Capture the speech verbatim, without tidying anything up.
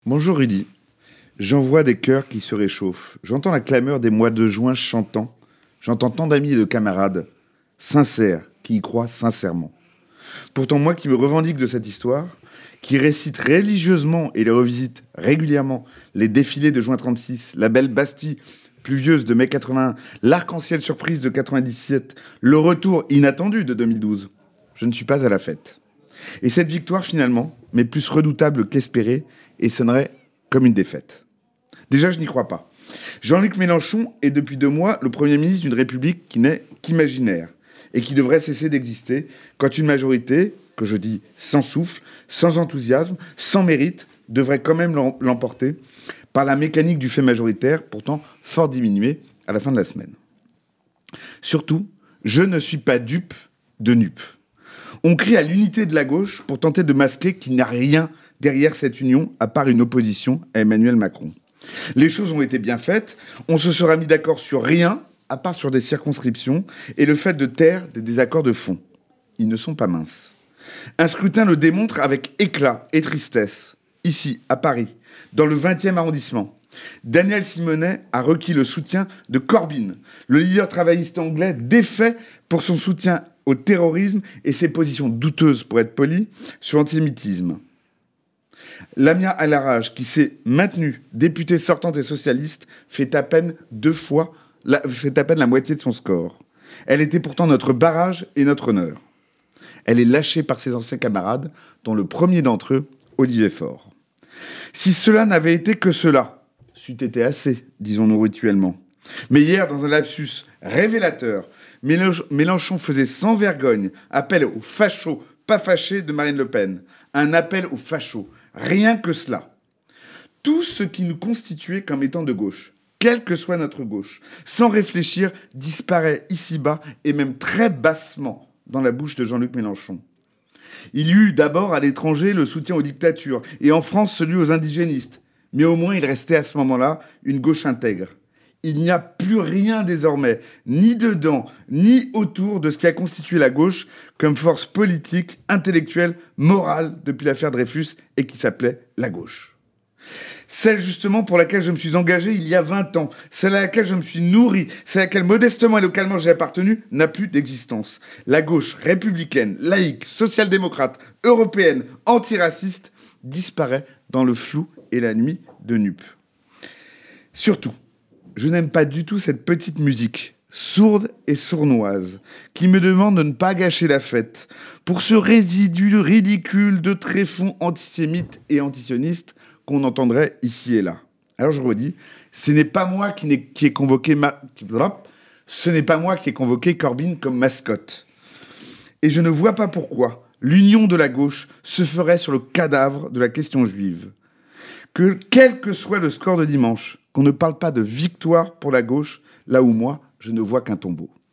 Bonjour Rudy, j'envoie des cœurs qui se réchauffent. J'entends la clameur des mois de juin chantant. J'entends tant d'amis et de camarades sincères qui y croient sincèrement. Pourtant moi qui me revendique de cette histoire, qui récite religieusement et les revisite régulièrement les défilés de juin trente-six, la belle Bastille pluvieuse de mai quatre-vingt-un, l'arc-en-ciel surprise de quatre-vingt-dix-sept, le retour inattendu de deux mille douze, je ne suis pas à la fête. Et cette victoire, finalement, m'est plus redoutable qu'espérée et sonnerait comme une défaite. Déjà, je n'y crois pas. Jean-Luc Mélenchon est depuis deux mois le Premier ministre d'une République qui n'est qu'imaginaire et qui devrait cesser d'exister quand une majorité, que je dis sans souffle, sans enthousiasme, sans mérite, devrait quand même l'emporter par la mécanique du fait majoritaire, pourtant fort diminuée à la fin de la semaine. Surtout, je ne suis pas dupe de N U P. On crie à l'unité de la gauche pour tenter de masquer qu'il n'y a rien derrière cette union à part une opposition à Emmanuel Macron. Les choses ont été bien faites, on se sera mis d'accord sur rien à part sur des circonscriptions et le fait de taire des désaccords de fond. Ils ne sont pas minces. Un scrutin le démontre avec éclat et tristesse. Ici, à Paris, dans le vingtième arrondissement, Daniel Simonet a requis le soutien de Corbyn, le leader travailliste anglais défait pour son soutien au terrorisme et ses positions douteuses, pour être poli, sur l'antisémitisme. Lamia El-Harraj, qui s'est maintenue députée sortante et socialiste, fait à peine deux fois, la, fait à peine la moitié de son score. Elle était pourtant notre barrage et notre honneur. Elle est lâchée par ses anciens camarades, dont le premier d'entre eux, Olivier Faure. Si cela n'avait été que cela, c'eût été assez, disons-nous rituellement. Mais hier, dans un lapsus révélateur, Mélenchon faisait sans vergogne appel aux fachos, pas fâchés de Marine Le Pen. Un appel aux fachos. Rien que cela. Tout ce qui nous constituait comme étant de gauche, quelle que soit notre gauche, sans réfléchir, disparaît ici-bas et même très bassement dans la bouche de Jean-Luc Mélenchon. Il y eut d'abord à l'étranger le soutien aux dictatures et en France celui aux indigénistes. Mais au moins il restait à ce moment-là une gauche intègre. Il n'y a plus rien désormais, ni dedans, ni autour de ce qui a constitué la gauche comme force politique, intellectuelle, morale depuis l'affaire Dreyfus et qui s'appelait la gauche. Celle justement pour laquelle je me suis engagé il y a vingt ans, celle à laquelle je me suis nourri, celle à laquelle modestement et localement j'ai appartenu, n'a plus d'existence. La gauche républicaine, laïque, social-démocrate, européenne, antiraciste, disparaît dans le flou et la nuit de N U P. Surtout, je n'aime pas du tout cette petite musique, sourde et sournoise, qui me demande de ne pas gâcher la fête, pour ce résidu ridicule de tréfonds antisémites et antisionistes qu'on entendrait ici et là. Alors je redis, ce n'est pas moi qui, n'ai, qui ai convoqué ma... ce n'est pas moi qui ai convoqué Corbyn comme mascotte. Et je ne vois pas pourquoi l'union de la gauche se ferait sur le cadavre de la question juive. Que quel que soit le score de dimanche, qu'on ne parle pas de victoire pour la gauche, là où moi, je ne vois qu'un tombeau.